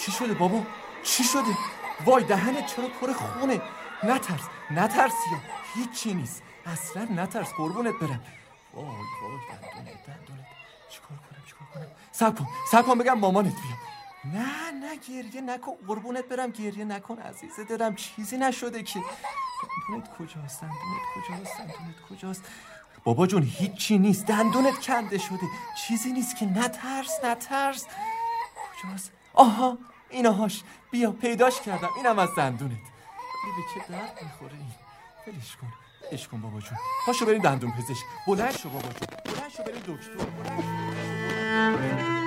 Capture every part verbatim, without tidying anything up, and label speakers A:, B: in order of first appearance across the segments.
A: چی شده بابا؟ چی شده؟ وای دهنت چرا پر خونه؟ نترس نترس یا هیچی نیست، اصلا نترس قربونت برم. وای وای دندونت دندونت چیکار کنم چیکار کنم؟ صبر کن صبر کن بگم مامانت بیاد. نه نه گریه نکن قربونت برم، گریه نکن عزیز دلم، چیزی نشده که. دندونت کجاست؟ دندونت کجاست؟ دندونت کجاست؟ بابا جون هیچی نیست، دندونت کنده شده، چیزی نیست که، نترس نترس. کجاست؟ آها ایناهاش، بیا پیداش کردم، اینم از دندونت. بیا به چه درد میخوره این. ولش کن ولش کن بابا جون، پاشو بریم دندون پزشک. بلند شو بابا جون، بلند شو بریم دکتر. بلند شو.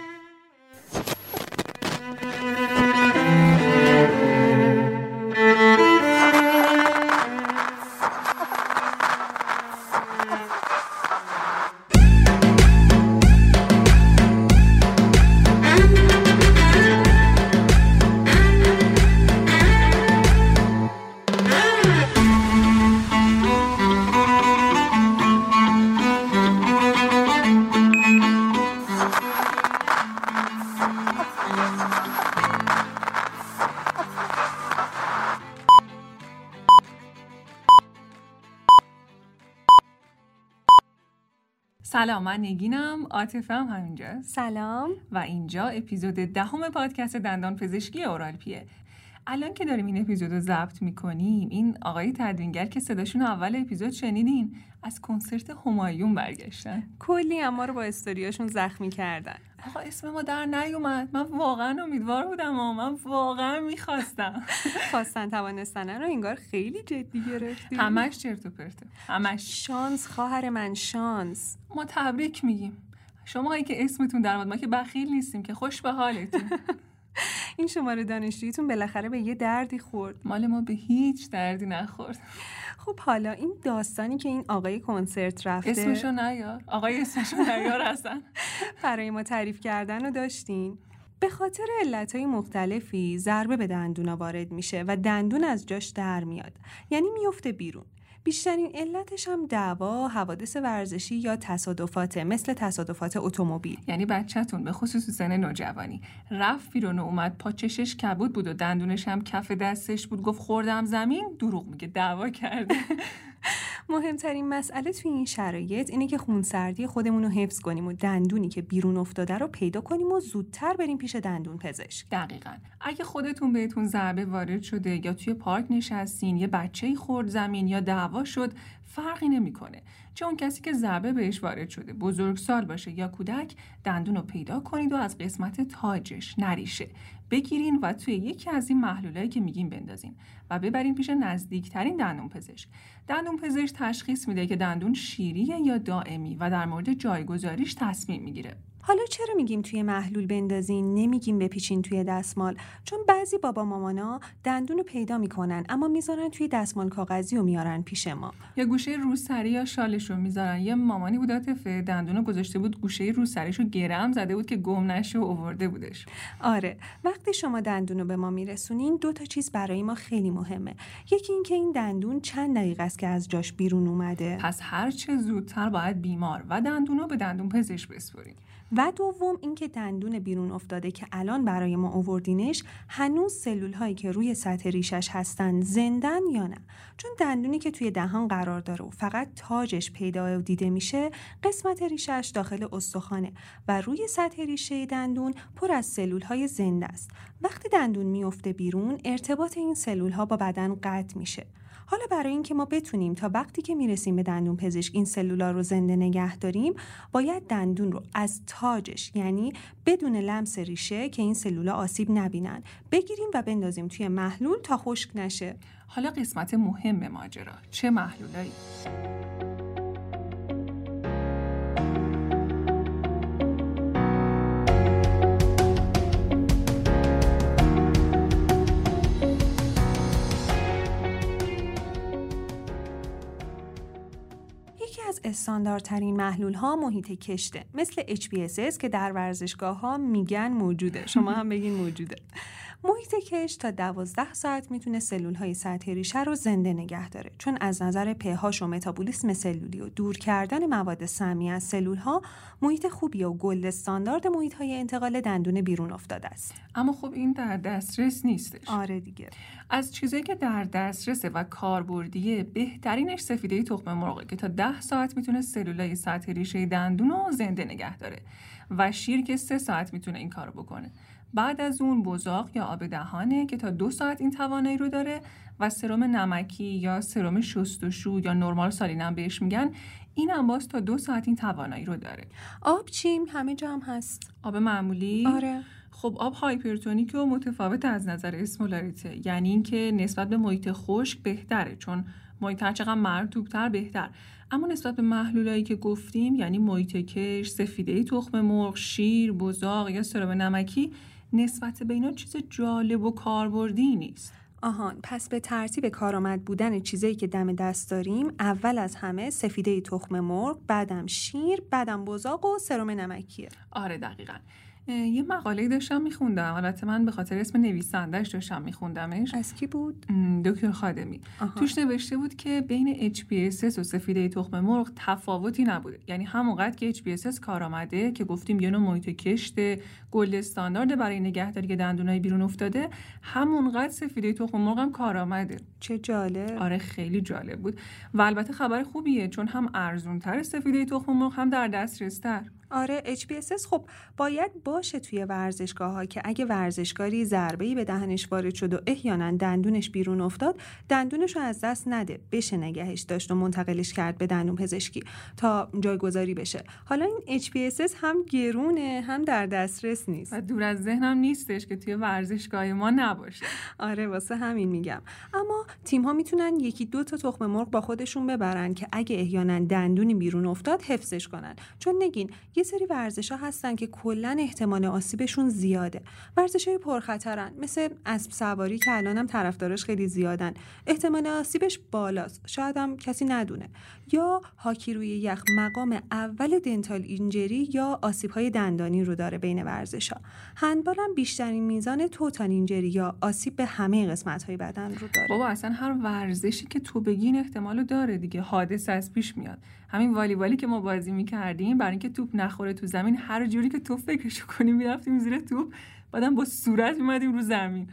B: سلام، من نگینم، عاطفه هم همینجاست.
C: سلام.
B: و اینجا اپیزود دهم پادکست دندان پزشکی اورالپیه. الان که داریم این اپیزود رو ضبط میکنیم، این آقای تدوینگر که صداشون اول اپیزود شنیدین از کنسرت همایون برگشتن.
C: کلی اما رو با استوریاشون زخمی کردن.
B: آقا اسم ما در نیومد. من واقعا امیدوار بودم و من واقعا میخواستم.
C: خواستن توانستن رو انگار خیلی جدی گرفتیم.
B: همش چرت و پرته. همش.
C: شانس خواهر من، شانس.
B: ما تبریک میگیم. شماهایی که اسمتون در اومد، ما که بخیل نیستیم که، خوش به حالتون.
C: این شماره دانشجوییتون بالاخره به یه دردی خورد.
B: مال ما به هیچ دردی نخورد.
C: خب حالا این داستانی که این آقای کنسرت رفته،
B: اسمشو نیار آقای اسمشو نیار اصلا،
C: برای ما تعریف کردن رو داشتین. به خاطر علتهای مختلفی ضربه به دندونا وارد میشه و دندون از جاش در میاد، یعنی میفته بیرون. بیشترین علتش هم دعوا، حوادث ورزشی یا تصادفاته، مثل تصادفات اتومبیل.
B: یعنی بچه‌تون به خصوص سن نوجوانی رفت بیرون و اومد، پا چشش کبود بود و دندونش هم کف دستش بود، گفت خوردم زمین، دروغ میگه، دعوا کرده.
C: مهمترین مسئله توی این شرایط اینه که خونسردی خودمون رو حفظ کنیم و دندونی که بیرون افتاده رو پیدا کنیم و زودتر بریم پیش دندون پزشک.
B: دقیقاً. اگه خودتون بهتون ضربه وارد شده یا توی پارک نشستین، یه بچه‌ای خورد زمین یا دعوا شد، فرقی نمی‌کنه. چون کسی که ضربه بهش وارد شده، بزرگسال باشه یا کودک، دندون رو پیدا کنید و از قسمت تاجش، نریشه، بگیرین و توی یکی از این محلولایی که میگیم بندازین و ببرین پیش نزدیکترین دندون پزشک. دندون پزشک تشخیص میده که دندون شیریه یا دائمی و در مورد جایگذاریش تصمیم میگیره.
C: حالا چرا میگیم توی محلول بندازین، نمیگیم بپیچین توی دستمال؟ چون بعضی بابا مامانا دندون رو پیدا میکنن اما میذارن توی دستمال کاغذی و میارن پیش ما.
B: یا گوشه روسری یا شالش رو میذارن. یه مامانی بود عاطفه، دندون رو گذاشته بود گوشه روسریش رو گرم زده بود که گم نشه و آورده بودش.
C: آره، وقتی شما دندون رو به ما میرسونین، دو تا چیز برای ما خیلی مهمه. یکی این که این دندون چند دقیقه است که از جاش بیرون اومده.
B: پس هر چه زودتر باید بیمار و دندون رو به دندون پزشک بسپریم.
C: و دوم اینکه دندون بیرون افتاده که الان برای ما آوردینش هنوز سلول هایی که روی سطح ریشش هستن زندن یا نه. چون دندونی که توی دهان قرار داره و فقط تاجش پیدا و دیده میشه، قسمت ریشش داخل استخوانه و روی سطح ریشه دندون پر از سلول های زنده است. وقتی دندون میفته بیرون، ارتباط این سلول ها با بدن قطع میشه. حالا برای اینکه ما بتونیم تا وقتی که میرسیم به دندون پزشک این سلولا رو زنده نگه داریم، باید دندون رو از تاجش، یعنی بدون لمس ریشه که این سلولا آسیب نبینن، بگیریم و بندازیم توی محلول تا خشک نشه.
B: حالا قسمت مهم ماجرا، چه محلولایی؟
C: استانداردترین محلول ها محیط کشته، مثل اچ پی اس اس که در ورزشگاه ها میگن موجوده، شما هم بگین موجوده. محیط کش تا دوازده ساعت میتونه سلول‌های سطحی ریشه رو زنده نگه داره، چون از نظر پ‌هاش و متابولیسم سلولی و دور کردن مواد سمی از سلول‌ها محیط خوبی و گلد استاندارد محیط‌های انتقال دندون بیرون افتاده است.
B: اما خب این در دسترس نیستش.
C: آره دیگه.
B: از چیزایی که در دسترسه و کاربردیه بهترینش سفیده تخم مرغه که تا ده ساعت میتونه سلولای سطح ریشه دندون رو زنده نگه داره و شیر که سه ساعت میتونه این کارو بکنه. بعد از اون بزاق یا آب دهانه که تا دو ساعت این توانایی رو داره و سرم نمکی یا سرم شستشو یا نرمال سالینم بهش میگن، این هم باز تا دو ساعت این توانایی رو داره.
C: آب چیم؟ همه جا هم هست.
B: آب معمولی؟
C: آره.
B: خب آب هایپرتونیک و متفاوت از نظر اسمولاریته، یعنی اینکه نسبت به محیط خشک بهتره، چون محیط هر چقدر مرطوب‌تر بهتر. اما نسبت به محلولایی که گفتیم، یعنی محیط کش، سفیده تخم مرغ، شیر، بزاق یا سرم نمکی، نسبت به اینا چیز جالب و کاربردی نیست.
C: آهان، پس به ترتیب کارآمد بودن چیزایی که دم دست داریم، اول از همه سفیده تخم مرغ، بعدم شیر، بعدم بزاق و سرم نمکیه.
B: آره دقیقاً. یه مقاله داشتم میخوندم، البته من به خاطر اسم نویسنده‌اش داشتم میخوندمش.
C: از کی بود؟
B: دکتر خادمی. آها. توش نوشته بود که بین اچ پی اس اس و سفیده تخم مرغ تفاوتی نبوده، یعنی همونقدر که اچ پی اس اس کارآمده که گفتیم یه نوع محیط کشت گلد استاندارد برای نگهداری دندونای بیرون افتاده، همونقدر سفیده تخم مرغ هم کارآمده.
C: چه جالب.
B: آره خیلی جالب بود و البته خبر خوبیه، چون هم ارزون‌تر سفیده تخم مرغ هم در دسترس‌تر.
C: آره اچ پی اس اس خب باید باشه توی ورزشگاه‌ها که اگه ورزشکاری ضربه‌ای به دهنش وارد شد و احیانا دندونش بیرون افتاد، دندونش رو از دست نده، بشه نگهش داشت و منتقلش کرد به دندون پزشکی تا جایگذاری بشه. حالا این اچ پی اس اس هم گرونه هم در دسترس نیست
B: و دور از ذهنم نیستش که توی ورزشگاه ما نباشه.
C: آره واسه همین میگم. اما تیم‌ها میتونن یکی دو تا تخم مرغ با خودشون ببرن که اگه احیانا دندونی بیرون افتاد حفظش کنن، چون نگین یه سری ورزش‌ها هستن که کلاً احتمال آسیبشون زیاده. ورزش‌های پرخطرن، مثل اسب سواری که الانم طرفدارش خیلی زیادن، احتمال آسیبش بالاست، شاید هم کسی ندونه. یا هاکی روی یخ مقام اول دنتال اینجری یا آسیب‌های دندانی رو داره بین ورزش‌ها. هندبال هم بیشترین میزان توتال اینجری یا آسیب به همه قسمت‌های بدن رو داره.
B: بابا اصلا هر ورزشی که تو بگین احتمالو داره دیگه، حادثه از پیش میاد. همین والیبالی که ما بازی می‌کردیم، برای اینکه توپ نخوره تو زمین، هر جوری که تو فکرشو کنیم می‌رفتیم زیر توپ، بعدم با صورت می‌اومدیم رو زمین.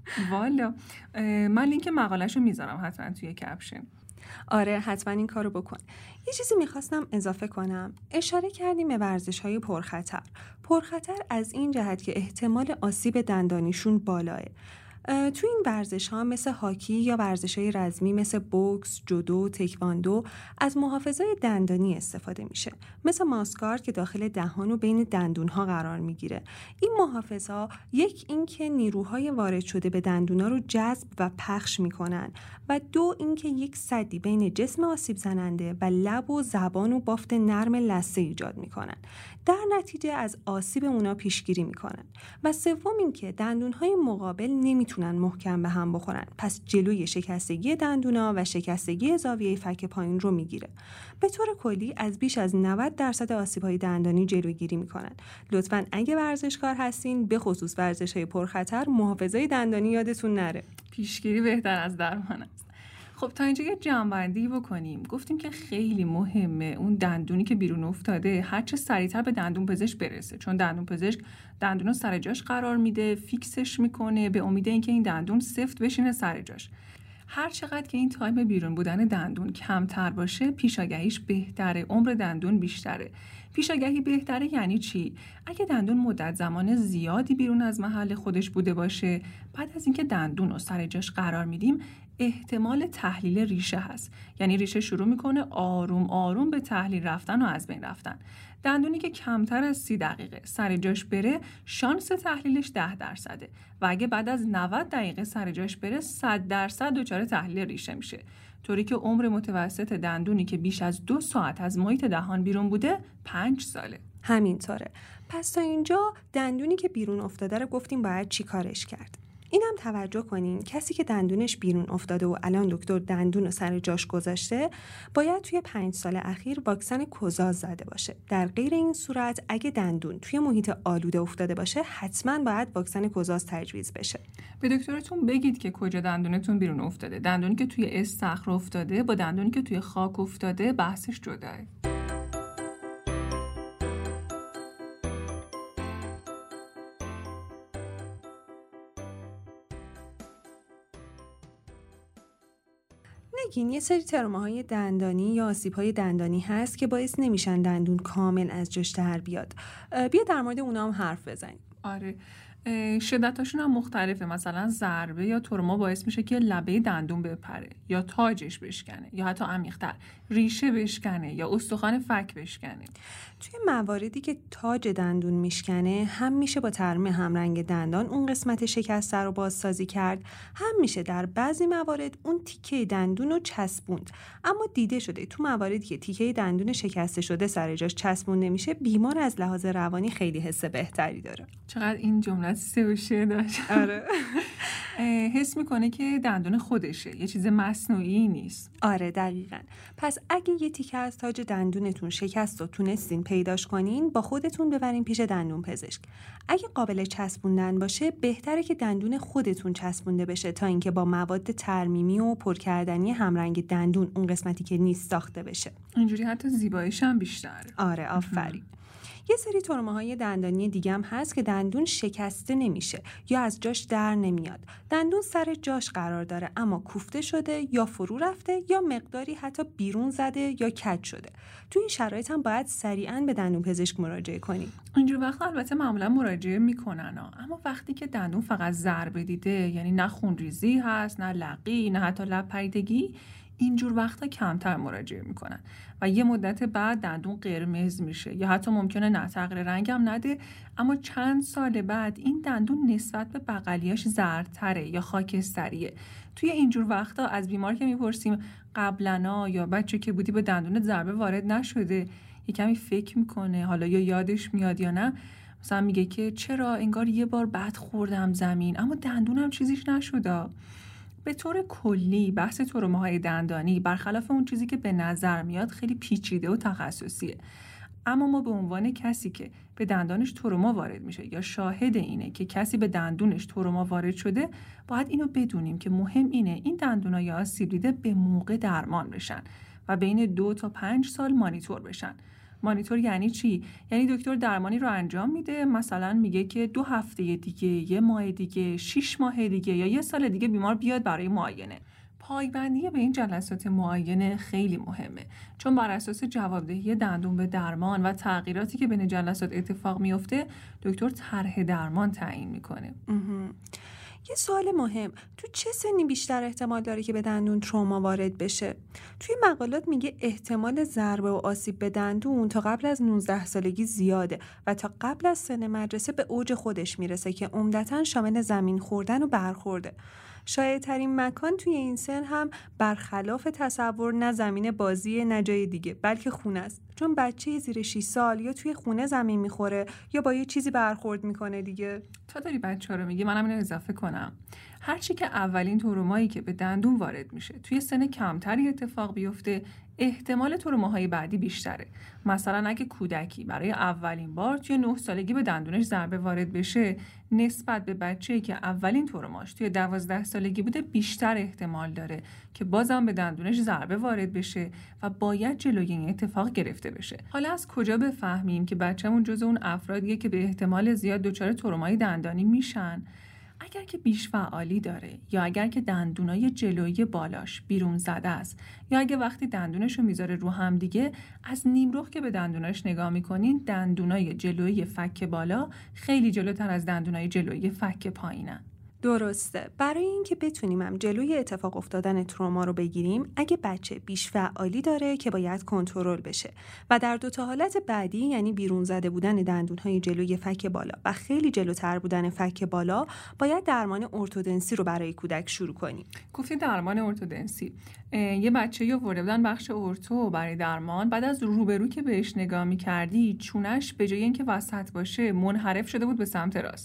B: والا من لینک مقاله‌شو میذارم حتما توی کپشن.
C: آره حتما این کارو بکن. یه چیزی میخواستم اضافه کنم. اشاره کردیم به ورزش‌های پرخطر. پرخطر از این جهت که احتمال آسیب دندانیشون بالاه. تو این ورزش ها مثل هاکی یا ورزش های رزمی مثل بوکس، جودو، تکواندو از محافظای دندانی استفاده میشه، مثل ماسکارد که داخل دهان و بین دندون ها قرار میگیره. این محافظا یک اینکه نیروهای وارد شده به دندون ها رو جذب و پخش میکنن و دو اینکه یک سدی بین جسم آسیب زننده و لب و زبان و بافت نرم لثه ایجاد میکنن، در نتیجه از آسیب اونا پیشگیری میکنن. و سوم اینکه دندون های مقابل نمیتونن محکم به هم بخورن، پس جلوی شکستگی دندونا و شکستگی زاویه فک پایین رو میگیره. به طور کلی از بیش از نود درصد آسیب‌های دندانی جلوگیری میکنن. لطفاً اگه ورزشکار هستین، به خصوص ورزش‌های پرخطر، محافظه دندانی یادتون نره.
B: پیشگیری بهتر از درمان است. خب تا اینجا یه جمع‌بندی بکنیم. گفتیم که خیلی مهمه اون دندونی که بیرون افتاده هر چه سریعتر به دندون پزشک برسه، چون دندون پزشک دندون رو سر جاش قرار میده، فیکسش میکنه به امید اینکه این دندون سفت بشینه سر جاش. هر چقدر که این تایم بیرون بودن دندون کمتر باشه، پیشاگهیش بهتره، عمر دندون بیشتره. پیشاگهی بهتره یعنی چی؟ اگه دندون مدت زمان زیادی بیرون از محل خودش بوده باشه، بعد از اینکه دندون رو سر جاش قرار میدیم، احتمال تحلیل ریشه هست. یعنی ریشه شروع میکنه آروم آروم به تحلیل رفتن و از بین رفتن. دندونی که کمتر از سی دقیقه سر جاش بره، شانس تحلیلش ده درصده و اگه بعد از نود دقیقه سر جاش بره، صد درصد دچار تحلیل ریشه میشه. طوری که عمر متوسط دندونی که بیش از دو ساعت از محیط دهان بیرون بوده پنج ساله.
C: همینطوره. پس تا اینجا دندونی که بیرون افتاده رو گفتیم باید چی کارش کرد. اینم توجه کنین کسی که دندونش بیرون افتاده و الان دکتر دندون رو سر جاش گذاشته باید توی پنج سال اخیر واکسن کوزاز زده باشه. در غیر این صورت اگه دندون توی محیط آلوده افتاده باشه حتما باید واکسن کوزاز تجویز بشه.
B: به دکترتون بگید که کجا دندونتون بیرون افتاده. دندونی که توی استخر افتاده با دندونی که توی خاک افتاده بحثش جداه.
C: نگین یه سری تروماهای دندانی یا آسیب‌های دندانی هست که باعث نمیشن دندون کامل از جاش در بیاد. بیا در مورد اونا هم حرف بزنیم.
B: آره، شدتاشون هم مختلفه. مثلا ضربه یا تروما باعث میشه که لبه دندون بپره یا تاجش بشکنه یا حتی عمیق‌تر ریشه بشکنه یا استخوان فک بشکنه.
C: توی مواردی که تاج دندون میشکنه هم میشه با ترمیم همرنگ دندان اون قسمت شکسته رو بازسازی کرد، هم میشه در بعضی موارد اون تیکه دندون رو چسبوند. اما دیده شده تو مواردی که تیکه دندون شکسته شده سر جاش چسبون نمیشه بیمار از لحاظ روانی خیلی حس بهتری داره.
B: چقدر این جمله سه و شه داشت.
C: آره.
B: حس میکنه که دندون خودشه، یه چیز مصنوعی نیست.
C: آره دقیقاً. پس اگه یه تیکه از تاج دندونتون شکست و تونستین پیداش کنین با خودتون ببرین پیش دندون پزشک. اگه قابل چسبوندن باشه بهتره که دندون خودتون چسبونده بشه تا اینکه با مواد ترمیمی و پرکردنی همرنگ دندون اون قسمتی که نیست ساخته بشه.
B: اینجوری حتی زیباییش هم بیشتره.
C: آره آفرین. یه سری تروماهای دندانی دیگه هم هست که دندون شکسته نمیشه یا از جاش در نمیاد. دندون سر جاش قرار داره اما کوفته شده یا فرو رفته یا مقداری حتی بیرون زده یا کج شده. تو این شرایط هم باید سریعاً به دندون پزشک مراجعه کنیم.
B: اینجور وقت البته معمولا مراجعه میکنن ها. اما وقتی که دندون فقط ضربه دیده، یعنی نه خونریزی هست، نه لقی، نه حتی لب پریدگی، اینجور وقتا کمتر مراجعه میکنن و یه مدت بعد دندون قرمز میشه یا حتی ممکنه نه تغییر رنگ هم نده، اما چند سال بعد این دندون نسبت به بغلیاش زردتره یا خاکستریه. توی اینجور وقتا از بیمار که میپرسیم قبلنا یا بچه که بودی به دندون ضربه وارد نشده، یه کمی فکر میکنه حالا یا یادش میاد یا نه، مثلا میگه که چرا انگار یه بار بد خوردم زمین اما دندونم چیزیش نشده. به طور کلی بحث تروماهای دندانی برخلاف اون چیزی که به نظر میاد خیلی پیچیده و تخصصیه. اما ما به عنوان کسی که به دندانش تروما وارد میشه یا شاهد اینه که کسی به دندونش تروما وارد شده، باید اینو بدونیم که مهم اینه این دندونا یا آسیب دیده به موقع درمان بشن و بین دو تا پنج سال مانیتور بشن. مانیتور یعنی چی؟ یعنی دکتر درمانی رو انجام میده، مثلا میگه که دو هفته دیگه، یه ماه دیگه، شش ماه دیگه یا یه سال دیگه بیمار بیاد برای معاینه. پایبندی به این جلسات معاینه خیلی مهمه، چون بر اساس جوابدهی دندون به درمان و تغییراتی که بین جلسات اتفاق میفته دکتر طرح درمان تعیین میکنه.
C: یه سوال مهم، تو چه سنی بیشتر احتمال داره که به دندون تروما وارد بشه؟ توی مقالات میگه احتمال ضربه و آسیب به دندون تا قبل از نوزده سالگی زیاده و تا قبل از سن مدرسه به اوج خودش میرسه که عمدتاً شامل زمین خوردن و برخورده. شایع‌ترین مکان توی این سن هم برخلاف تصور نه زمین بازی نه جای دیگه بلکه خونه است، چون بچه زیر شش سال یا توی خونه زمین میخوره یا با یه چیزی برخورد میکنه دیگه.
B: تا داری بچه ها رو میگی منم اینو اضافه کنم. هرچی که اولین ترومایی که به دندون وارد میشه توی سن کمتری اتفاق بیفته، احتمال تروماهای بعدی بیشتره. مثلا اگه کودکی برای اولین بار توی نه سالگی به دندونش ضربه وارد بشه، نسبت به بچه‌ای که اولین تروماش توی دوازده سالگی بوده بیشتر احتمال داره که بازم به دندونش ضربه وارد بشه و باید جلوی این اتفاق گرفته بشه. حالا از کجا بفهمیم که بچه‌مون جزو اون افرادیه که به احتمال زیاد دچار ترومای دندانی میشن؟ اگر که بیش فعالی داره یا اگر که دندونای جلویی بالاش بیرون زده است یا اگه وقتی دندونشو میذاره رو هم دیگه از نیمرخ که به دندوناش نگاه میکنین، دندونای جلویی فک بالا خیلی جلوتر از دندونای جلویی فک پایینن.
C: درسته. برای اینکه بتونیم هم جلوی اتفاق افتادن تروما رو بگیریم، اگه بچه بیش فعالی داره که باید کنترل بشه و در دو تا حالت بعدی، یعنی بیرون زده بودن دندون‌های جلوی فک بالا و خیلی جلوتر بودن فک بالا، باید درمان ارتودنسی رو برای کودک شروع کنیم.
B: گفتی درمان ارتودنسی. یه بچه‌ای آورده بودن بخش ارتو برای درمان، بعد از روبرو که بهش نگاه می‌کردی چونش به جای اینکه وسط باشه منحرف شده بود به سمت راست.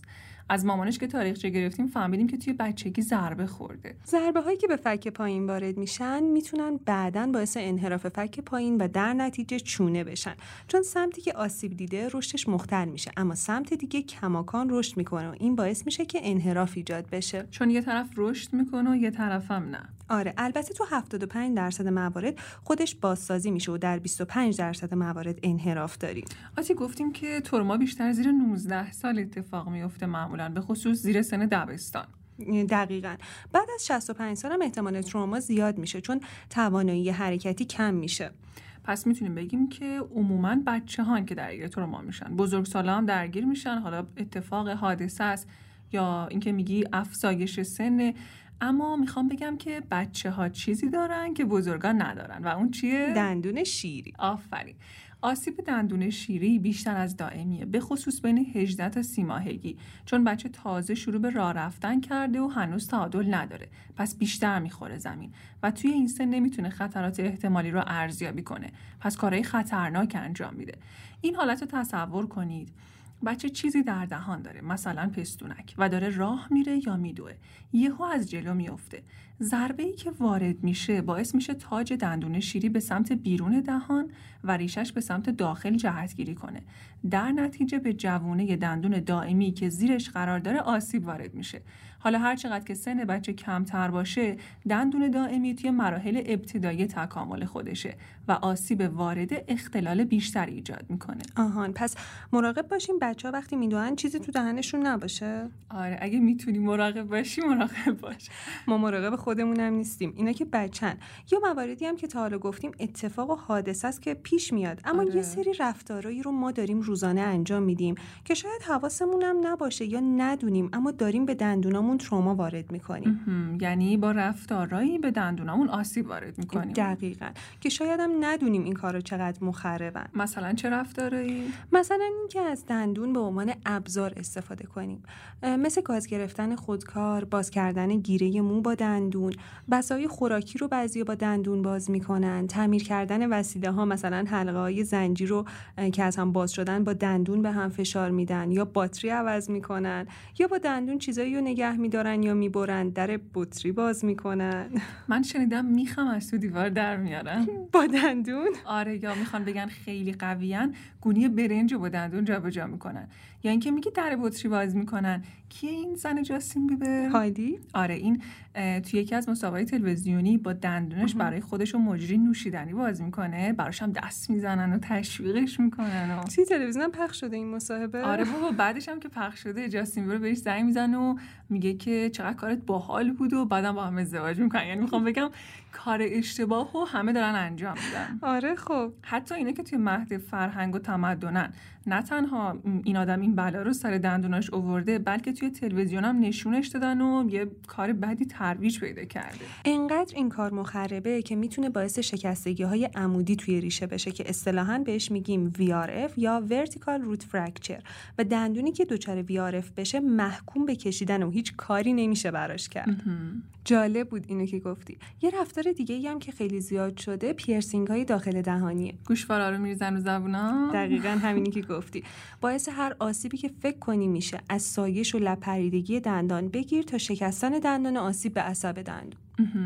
B: از مامانش که تاریخچه گرفتیم فهمیدیم که توی بچگی ضربه خورده.
C: ضربه هایی که به فک پایین وارد میشن میتونن بعداً باعث انحراف فک پایین و در نتیجه چونه بشن، چون سمتی که آسیب دیده رشدش مختل میشه اما سمت دیگه کماکان رشد میکنه و این باعث میشه که انحراف ایجاد بشه.
B: چون یه طرف رشد میکنه و یه طرفم نه.
C: آره، البته تو هفتاد و پنج درصد موارد خودش بازسازی میشه و در بیست و پنج درصد موارد انحراف داریم.
B: آتی گفتیم که تروما بیشتر زیر نوزده سال اتفاق میفته، معمولاً به خصوص زیر سن دبستان.
C: دقیقاً. بعد از شصت و پنج سال هم احتمال تروما زیاد میشه چون توانایی حرکتی کم میشه.
B: پس میتونیم بگیم که عموماً بچه‌هان که درگیر تروما میشن. بزرگسالا هم درگیر میشن، حالا اتفاق حادثه است یا اینکه میگی افزایش سن. اما میخوام بگم که بچه‌ها چیزی دارن که بزرگان ندارن و اون چیه؟
C: دندون شیری.
B: آفرین. آسیب دندون شیری بیشتر از دائمیه، به خصوص بین هجده تا سی ماهگی، چون بچه تازه شروع به راه رفتن کرده و هنوز تعادل نداره، پس بیشتر میخوره زمین و توی این سن نمیتونه خطرات احتمالی رو ارزیابی کنه، پس کارهای خطرناک انجام میده. این حالت رو تصور کنید، بچه چیزی در دهان داره، مثلا پستونک، و داره راه میره یا میدوه، یهو از جلو میفته. ضربه‌ای که وارد میشه باعث میشه تاج دندون شیری به سمت بیرون دهان و ریشش به سمت داخل جهتگیری کنه. در نتیجه به جوونه دندون دائمی که زیرش قرار داره آسیب وارد میشه. حالا هر چقدر که سن بچه کمتر باشه، دندون دائمی توی مراحل ابتدایی تکامل خودشه و آسیب وارد اختلال بیشتر ایجاد میکنه.
C: آهان، پس مراقب باشیم بچه‌ها وقتی میدوئن چیزی تو دهنشون نباشه.
B: آره، اگه میتونی مراقب باشی مراقب باش.
C: ما مراقب خودمون هم نیستیم، اینا که بچن. یا مواردی هم که تا حالا گفتیم اتفاق و حادثه است که پیش میاد، اما
B: آره.
C: یه سری رفتارایی رو ما داریم روزانه انجام میدیم که شاید حواسمون هم نباشه یا ندونیم، اما داریم به دندونامون تروما وارد میکنیم.
B: یعنی با رفتارایی به دندونامون آسیب وارد میکنیم.
C: دقیقاً، که شاید هم ندونیم این کارا چقدر مخربن.
B: مثلا چه رفتارایی؟
C: مثلا اینکه از دندون به عنوان ابزار استفاده کنیم، مثل گاز گرفتن خودکار، باز کردن گیره مو با دندون، بسای خوراکی رو بعضیا با دندون باز میکنن، تعمیر کردن وسیله ها، مثلا حلقه های زنجیر رو که از هم باز شدن با دندون به هم فشار میدن، یا باتری عوض میکنن، یا با دندون چیزایی رو نگه میدارن یا میبرن، در بطری باز میکنن.
B: من شنیدم میخوام از تو دیوار در میارن
C: با دندون.
B: آره، یا میخوان بگن خیلی قویان، گونی برنج رو با دندون جابجا میکنن، یا اینکه میگه در بطری باز میکنن. کیه این زن جاستین بیبر؟
C: هایدی؟
B: آره، این توی یکی از مسابقات تلویزیونی با دندونش برای خودش و مجری نوشیدنی باز میکنه، براش هم دست میزنن و تشویقش میکنن. و
C: توی تلویزیون پخش شده این مصاحبه؟
B: آره بابا، بعدش هم که پخش شده جاستین بیبر بهش زنگ میزنه و میگه که چقدر کارت باحال بود و بعدم با هم ازدواج میکنن. یعنی میخوام بگم کار اشتباه و همه دارن انجام میدن.
C: آره خب،
B: حتی اینا که توی مهد فرهنگ و تمدنن، نه تنها این آدم این بلا رو سر دندوناش آورده، بلکه توی تلویزیون هم نشونش دادن و یه کار بدی ترویج پیدا کرده.
C: اینقدر این کار مخربه که میتونه باعث شکستگی های عمودی توی ریشه بشه که اصطلاحاً بهش میگیم وی آر اف یا Vertical Root Fracture، و دندونی که دچار وی آر اف بشه محکوم به کشیدن و هیچ کاری نمیشه براش کرد. جالب بود اینو که گفتی. یه رفتار دیگه ای هم که خیلی زیاد شده پیرسینگ های داخل دهانیه.
B: گوشوارا رو میریزن رو زبونا.
C: دقیقاً همینی که گفتی. باعث هر آسیبی که فکر کنی میشه، از سایش و لپریدگی دندان بگیر تا شکستن دندان، آسیب به عصب دندون.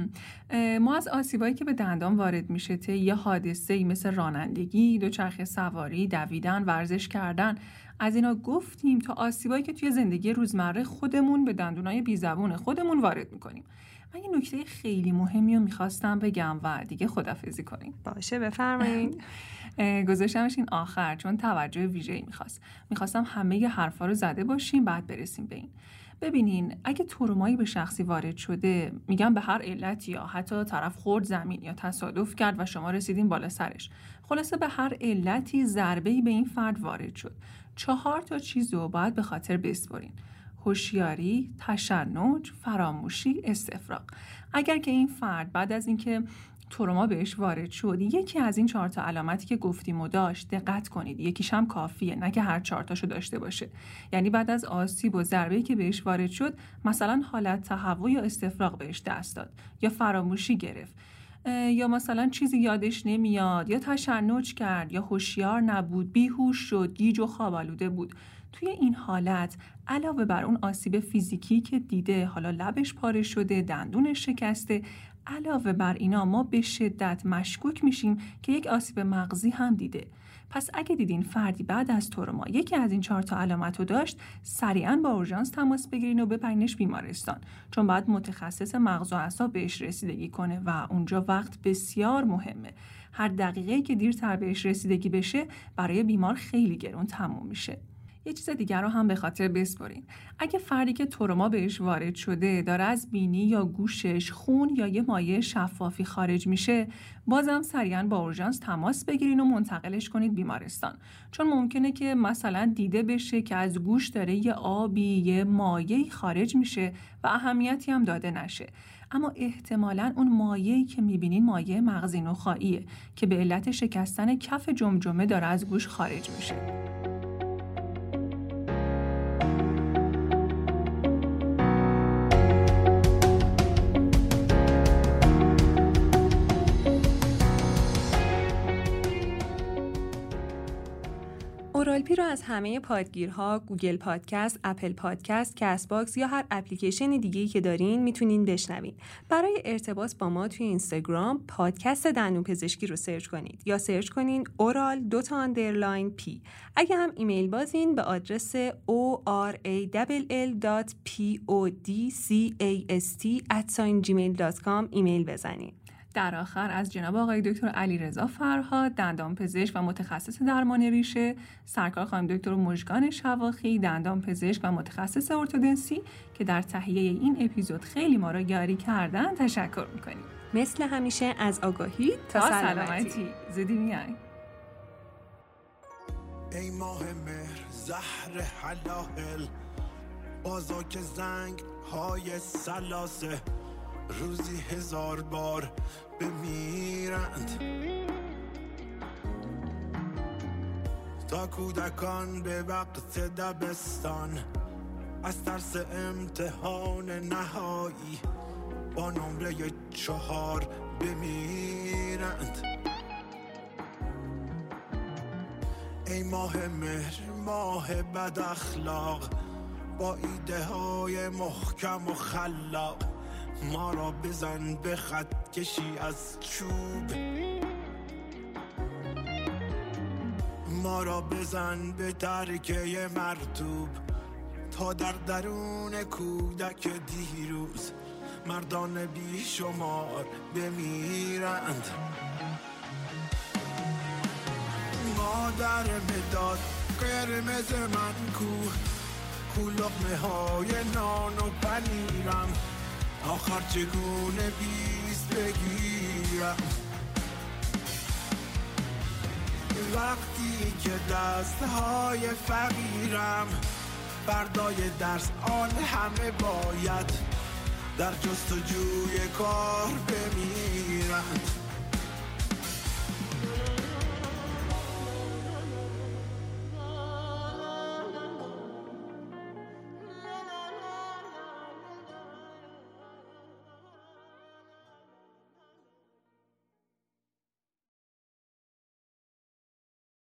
B: ما از آسیبایی که به دندان وارد میشه ته یه حادثه‌ای مثل رانندگی، دوچرخه سواری، دویدن، ورزش کردن، از اینا گفتیم تا آسیبایی که توی زندگی روزمره خودمون به دندونای بیزبون خودمون وارد میکنیم. من یه نکته خیلی مهمی رو میخواستم بگم و دیگه خداحافظی کنیم.
C: باشه، بفرمایید.
B: گذاشتمش این آخر چون توجه ویژه‌ای میخواست. میخواستم همه ی حرفا رو زده باشیم بعد برسیم به این. ببینین، اگه ترومایی به شخصی وارد شده، میگم به هر علتی، یا حتی طرف خورد زمین یا تصادف کرد و شما رسیدین بالا سرش، خلاصه به هر علتی ضربه‌ای به این فرد وارد شد، چهار تا چیز رو باید به خاطر بسپارین: هوشیاری، تشنج، فراموشی، استفراغ. اگر که این فرد بعد از اینکه تروما بهش وارد شد یکی از این چهار تا علامتی که گفتیم و داشت، دقت کنید، یکیش هم کافیه، نه که هر چهار تاشو داشته باشه. یعنی بعد از آسیب و ضربه‌ای که بهش وارد شد، مثلا حالت تهوع یا استفراغ بهش دست داد، یا فراموشی گرفت، یا مثلا چیزی یادش نمیاد، یا تشنج کرد، یا هوشیار نبود، بیهوش شد، گیج و خواب آلوده بود. توی این حالت علاوه بر اون آسیب فیزیکی که دیده، حالا لبش پاره شده، دندونش شکسته، علاوه بر اینا ما به شدت مشکوک میشیم که یک آسیب مغزی هم دیده. پس اگه دیدین فردی بعد از تروما یکی از این چهار تا علامت رو داشت، سریعاً با اورژانس تماس بگیرین و ببرینش بیمارستان، چون باید متخصص مغز و اعصاب بهش رسیدگی کنه و اونجا وقت بسیار مهمه. هر دقیقه‌ای که دیرتر بهش رسیدگی بشه برای بیمار خیلی گرون تموم میشه. یه چیز دیگر رو هم به خاطر بسپارین. اگه فردی که تروما بهش وارد شده داره از بینی یا گوشش خون یا یه مایع شفافی خارج میشه، بازم سریعاً با اورژانس تماس بگیرین و منتقلش کنید بیمارستان، چون ممکنه که مثلا دیده بشه که از گوش داره یه آبی، یه مایعی خارج میشه و اهمیتی هم داده نشه. اما احتمالاً اون مایعی که میبینین مایع مغزی نخاعیه که به علت شکستن کف جمجمه داره از گوش خارج میشه.
C: اورالپی رو از همه پادگیرها، گوگل پادکست، اپل پادکست، کست باکس یا هر اپلیکیشن دیگه‌ای که دارین میتونین بشنوین. برای ارتباط با ما توی اینستاگرام پادکست دندون پزشکی رو سرچ کنید یا سرچ کنین اورال دوتا اندرلاین پی. اگه هم ایمیل بازین به آدرس او آر ای ال ال دات پی او دی سی ای اس تی ات جیمیل دات کام ایمیل بزنین.
B: در آخر از جناب آقای دکتر علیرضا فرهاد، دندانپزشک و متخصص درمان ریشه، سرکار خانم دکتر مژگان شواخی، دندانپزشک و متخصص ارتودنسی که در تهیه این اپیزود خیلی ما را یاری کردن تشکر می‌کنیم.
C: مثل همیشه از آگاهی تا, تا سلامتی.
B: سلامتی زودی میای.
D: ای ماه مهر زهر حلاهل، بازاک زنگ های سلاسه، روزی هزار بار بمیرند تا کودکان به وقت دبستان از ترس امتحان نهایی با نمره چهار بمیرند. ای ماه مهر ماه بد اخلاق، با ایده های محکم و خلاق ما را بزن به خط کشی از چوب، ما را بزن به ترکه مرطوب تا در درون کودک دیروز مردان بیشمار بمیرند. مادر مداد قرمز من کو، کو لقمه های نان و پنیرم، آخر چگونه بیست بگیرم وقتی که دستهای فقیرم بردای درس آن همه باید در جستجوی کار بمیرند.